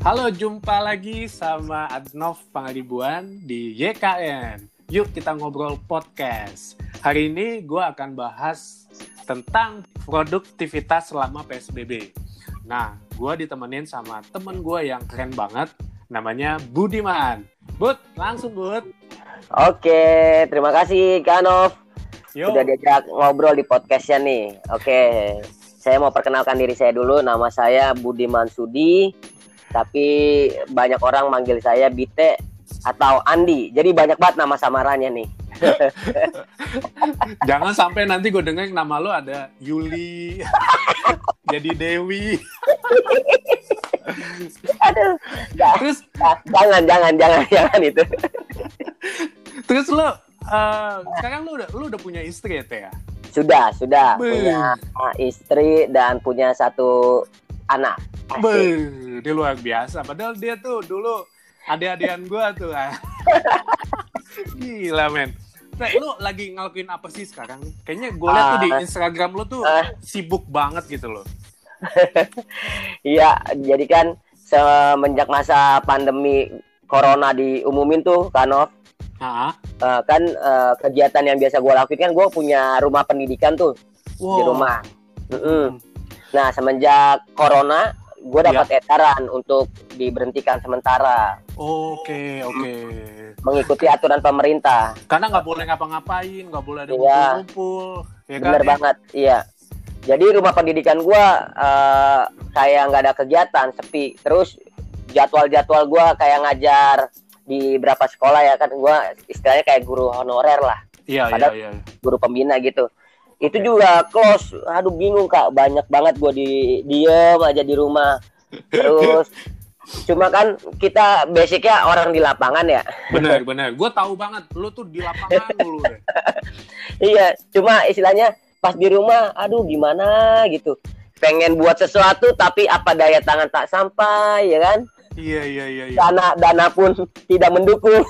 Halo, jumpa lagi sama Adnov Pangaribuan di YKN. Yuk kita ngobrol podcast. Hari ini gue akan bahas tentang produktivitas selama PSBB. Nah, gue ditemenin sama temen gue yang keren banget, namanya Budiman. Bud, langsung Bud. Oke, terima kasih Kak Nov. Yo. Sudah diajak ngobrol di podcastnya nih. Oke, saya mau perkenalkan diri saya dulu. Nama saya Budiman Sudi. Tapi banyak orang manggil saya Bite atau Andi. Jadi banyak banget nama samarannya nih. Jangan sampai nanti gue denger nama lo ada Yuli, jadi Dewi. Aduh, Terus jangan itu. Terus lo sekarang lo udah punya istri ya, Teh? Sudah punya istri dan punya satu anak. Dia luar biasa. Padahal dia tuh dulu adik-adikan gue tuh. Gila men. Teh, lo lagi ngelakuin apa sih sekarang? Kayaknya gue liat tuh di Instagram lo tuh sibuk banget gitu loh. Iya, jadi kan semenjak masa pandemi corona diumumin tuh Kanov, kegiatan yang biasa gue lakuin kan gue punya rumah pendidikan tuh di rumah. Nah, semenjak corona gue dapat edaran untuk diberhentikan sementara. Oke. Mengikuti aturan pemerintah. Karena nggak boleh ngapa-ngapain, nggak boleh ada kumpul-kumpul. Ya bener kan, banget, iya. Jadi rumah pendidikan gue kayak nggak ada kegiatan, sepi. Terus jadwal gue kayak ngajar di berapa sekolah ya kan, gue istilahnya kayak guru honorer lah. Iya. Guru pembina gitu. Itu juga close. Aduh bingung Kak, banyak banget gue diem aja di rumah. Terus cuma kan kita basicnya orang di lapangan ya. Benar. Gue tahu banget, lu tuh di lapangan dulu deh. Iya, cuma istilahnya pas di rumah, aduh gimana gitu. Pengen buat sesuatu tapi apa daya tangan tak sampai, ya kan? Iya. Dana pun tidak mendukung.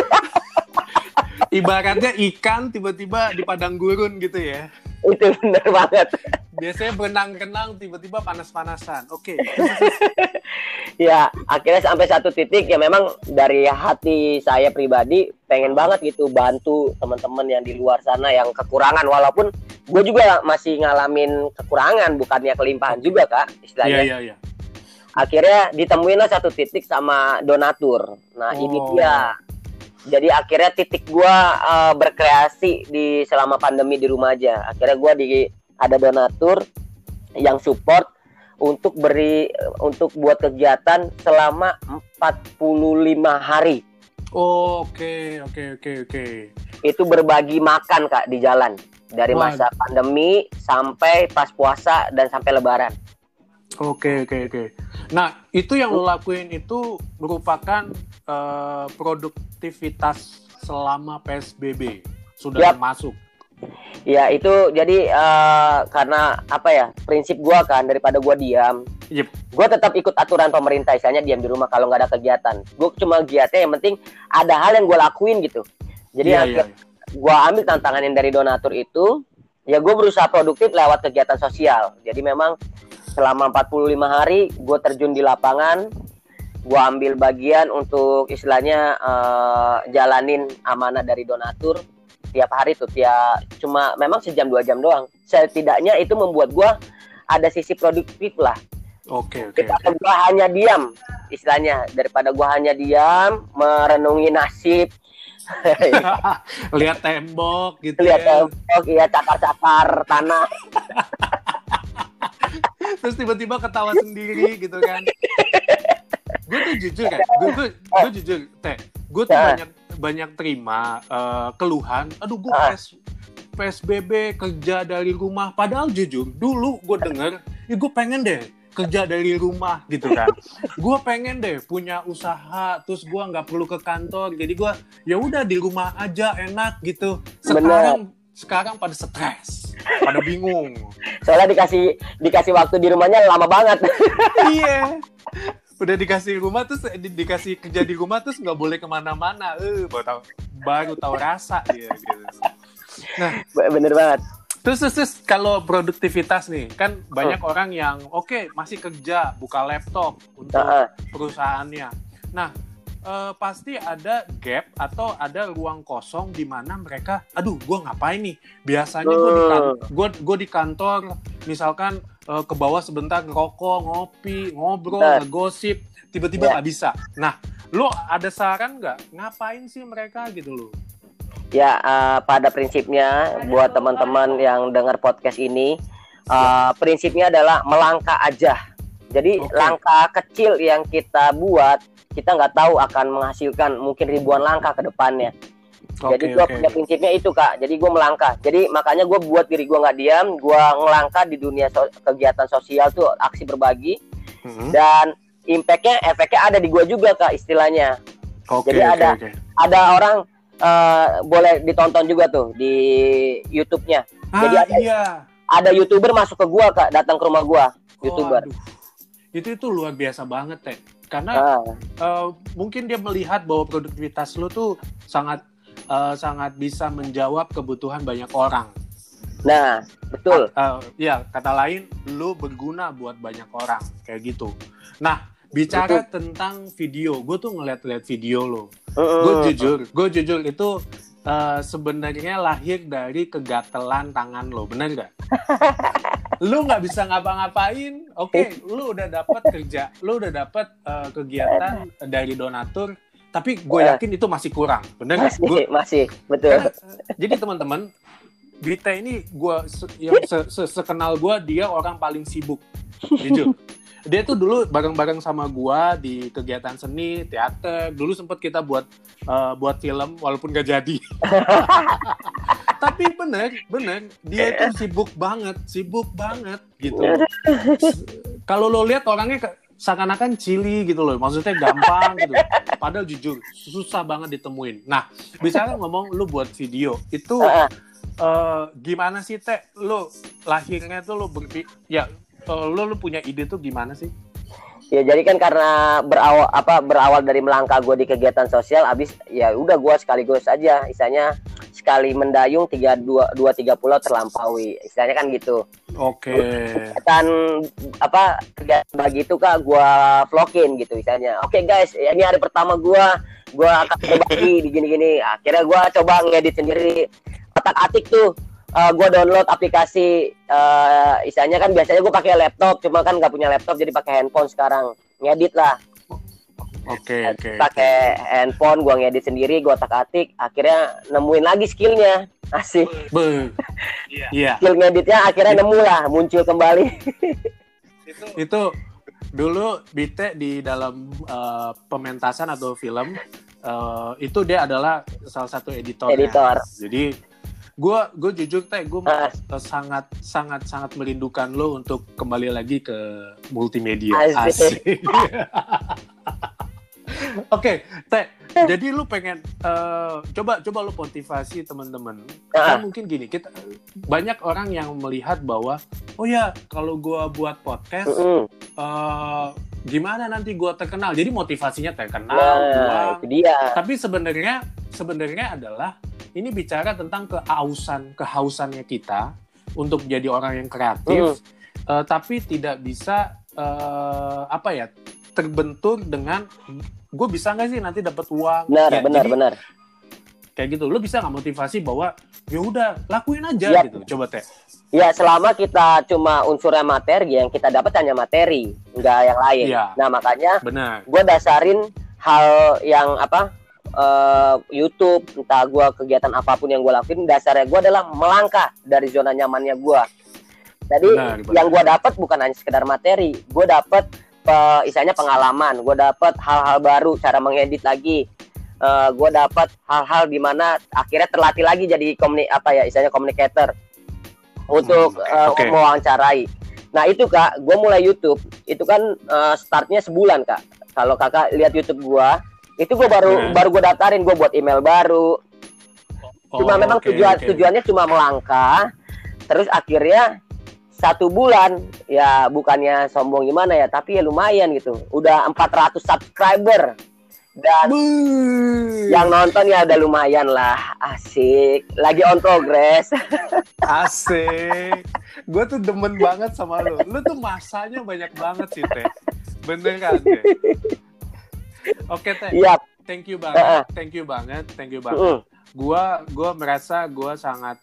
Ibaratnya ikan tiba-tiba di padang gurun gitu ya. Itu benar banget. Biasanya berenang-renang tiba-tiba panas-panasan. Oke. Ya, akhirnya sampai satu titik ya memang dari hati saya pribadi pengen banget gitu bantu teman-teman yang di luar sana yang kekurangan, walaupun gue juga masih ngalamin kekurangan, bukannya kelimpahan juga Kak istilahnya. Iya. Akhirnya ditemuinlah satu titik sama donatur. Nah ini dia. Jadi akhirnya titik gue berkreasi di selama pandemi di rumah aja. Akhirnya gue ada donatur yang support untuk buat kegiatan selama 45 hari. Oke. Itu berbagi makan Kak di jalan dari masa pandemi sampai pas puasa dan sampai lebaran. Oke. Nah, itu yang lo lakuin itu merupakan produktivitas selama PSBB sudah masuk. Ya itu jadi karena apa ya, prinsip gue kan daripada gue diam, gue tetap ikut aturan pemerintah. Misalnya diam di rumah kalau nggak ada kegiatan, gue cuma giatnya yang penting ada hal yang gue lakuin gitu. Jadi gue ambil tantangan yang dari donatur itu, ya gue berusaha produktif lewat kegiatan sosial. Jadi memang selama 45 hari gue terjun di lapangan, gue ambil bagian untuk istilahnya jalanin amanah dari donatur tiap hari tuh, cuma memang sejam 2 jam doang. Setidaknya itu membuat gue ada sisi produktif lah. Oke. Daripada gue hanya diam, istilahnya daripada gue hanya diam merenungi nasib, lihat tembok gitu. Cakar-cakar tanah. Terus tiba-tiba ketawa sendiri gitu kan. Gue tuh jujur kan, gue jujur Teh, gue tuh banyak terima keluhan. Aduh, gue PSBB kerja dari rumah. Padahal jujur dulu gue denger, ya gue pengen deh kerja dari rumah gitu kan. Gue pengen deh punya usaha, terus gue nggak perlu ke kantor. Jadi gue ya udah di rumah aja enak gitu. Sekarang pada stres, pada bingung. Soalnya dikasih waktu di rumahnya lama banget. Iya. Udah dikasih rumah terus dikasih kerja di rumah terus nggak boleh kemana-mana. Baru tahu rasa dia gitu. Nah, bener banget. Terus kalau produktivitas nih, kan banyak orang yang masih kerja, buka laptop untuk perusahaannya. Nah, pasti ada gap atau ada ruang kosong di mana mereka, gue ngapain nih? Biasanya gue di kantor, misalkan ke bawah sebentar ngerokok, ngopi, ngobrol, ngegosip, tiba-tiba nggak bisa. Nah, lo ada saran nggak? Ngapain sih mereka gitu lo? Ya, pada prinsipnya buat teman-teman yang dengar podcast ini, prinsipnya adalah melangkah aja. Jadi langkah kecil yang kita buat, kita nggak tahu akan menghasilkan mungkin ribuan langkah ke depannya. Jadi gue punya prinsipnya itu, Kak. Jadi gue melangkah. Jadi makanya gue buat diri gue nggak diam. Gue ngelangkah di dunia kegiatan sosial tuh, aksi berbagi. Dan efeknya ada di gue juga, Kak, istilahnya. Jadi ada orang boleh ditonton juga tuh di YouTube-nya. Jadi ada YouTuber masuk ke gua, Kak, datang ke rumah gua, YouTuber. Itu luar biasa banget, Teh. Karena mungkin dia melihat bahwa produktivitas lu tuh sangat bisa menjawab kebutuhan banyak orang. Nah, betul. Kata lain, lu berguna buat banyak orang, kayak gitu. Nah, bicara tentang video, gue tuh ngeliat video lo. Gue jujur itu sebenarnya lahir dari kegatelan tangan lo, bener nggak? Lu nggak bisa ngapa-ngapain, lu udah dapat kerja, lu udah dapat kegiatan dari donatur, tapi gue yakin itu masih kurang, bener nggak? Masih, betul. Jadi teman-teman, Bite ini gue yang sekenal gue, dia orang paling sibuk, jujur. Dia tuh dulu bareng-bareng sama gua di kegiatan seni, teater. Dulu sempet kita buat film, walaupun gak jadi. Tapi bener, dia itu sibuk banget gitu. Kalau lo lihat orangnya seakan-akan chili gitu loh, maksudnya gampang gitu. Padahal jujur, susah banget ditemuin. Nah, misalnya ngomong lu buat video, itu gimana sih, Teh? Lu lahirnya tuh lu lu punya ide tuh gimana sih? Ya jadi kan karena berawal dari melangkah gue di kegiatan sosial, abis ya udah gue sekaligus aja, istilahnya sekali mendayung 2-3 pulau terlampaui, istilahnya kan gitu. Dan kegiatan bagi itu, Kak, gue vlogin gitu istilahnya. Guys, ini hari pertama gue akan berbagi di gini-gini. Akhirnya gue coba ngedit sendiri, otak-atik tuh. Gue download aplikasi, istilahnya kan biasanya gue pakai laptop, cuma kan nggak punya laptop jadi pakai handphone sekarang, ngedit lah. Pakai handphone, gue ngedit sendiri, gue otak-atik, akhirnya nemuin lagi skillnya, asik. Skill ngeditnya akhirnya nemu lah, muncul kembali. Itu dulu Bite di dalam pementasan atau film, itu dia adalah salah satu editor. Jadi gue jujur, Teh, gue sangat merindukan lo untuk kembali lagi ke multimedia. Asik. Teh, jadi lu pengen coba lu motivasi teman-teman. Kan mungkin gini, banyak orang yang melihat bahwa kalau gue buat podcast, gimana nanti gue terkenal. Jadi motivasinya terkenal, itu dia. Tapi sebenarnya adalah ini bicara tentang kehausannya kita untuk jadi orang yang kreatif, tapi tidak bisa terbentur dengan gue bisa nggak sih nanti dapat uang. Benar. Kayak gitu, lo bisa nggak motivasi bahwa ya udah lakuin aja gitu, coba, Teh. Ya, selama kita cuma unsurnya materi, yang kita dapat hanya materi, nggak yang lain. Nah, makanya gue dasarin hal yang YouTube, entah gue kegiatan apapun yang gue lakuin, dasarnya gue adalah melangkah dari zona nyamannya gue. Jadi yang gue dapat bukan hanya sekedar materi, gue dapat istilahnya pengalaman, gue dapat hal-hal baru, cara mengedit lagi, gue dapat hal-hal di mana akhirnya terlatih lagi jadi istilahnya communicator untuk mewawancarai. Nah itu, Kak, gue mulai YouTube itu kan startnya sebulan, Kak. Kalau Kakak lihat YouTube gue, itu gue baru gue daftarin, gue buat email baru. Cuma memang tujuannya cuma melangkah. Terus akhirnya 1 bulan, ya bukannya sombong gimana ya, tapi ya lumayan gitu. Udah 400 subscriber. Dan yang nonton ya udah lumayan lah, asik. Lagi on progress. Asik. Gue tuh demen banget sama lu. Lu tuh masanya banyak banget sih, Teh. Bener kan, Teh? Oke, Teh. Yap. Thank you banget. Thank you banget. Gua merasa gue sangat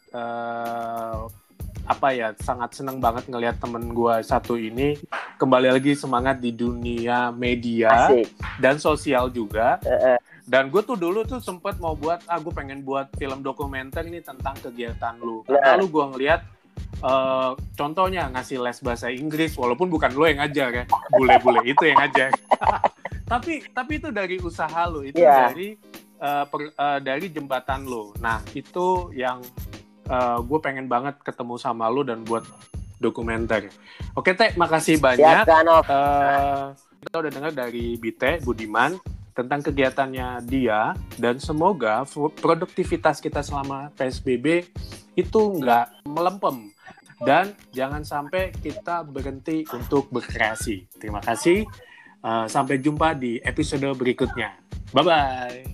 sangat seneng banget ngelihat temen gue satu ini kembali lagi semangat di dunia media. Asik. Dan sosial juga. Dan gue tuh dulu tuh sempet mau buat, gue pengen buat film dokumenter nih tentang kegiatan lu. Karena lu gue ngelihat contohnya ngasih les bahasa Inggris, walaupun bukan lu yang ngajar ya, bule-bule itu yang ngajar. tapi itu dari usaha lu, itu dari jembatan lu. Nah itu yang gue pengen banget ketemu sama lu dan buat dokumenter. Oke, Teh, makasih banyak. Kita udah dengar dari Bite Budiman tentang kegiatannya dia, dan semoga produktivitas kita selama PSBB itu nggak melempem dan jangan sampai kita berhenti untuk berkreasi. Terima kasih. Sampai jumpa di episode berikutnya. Bye-bye.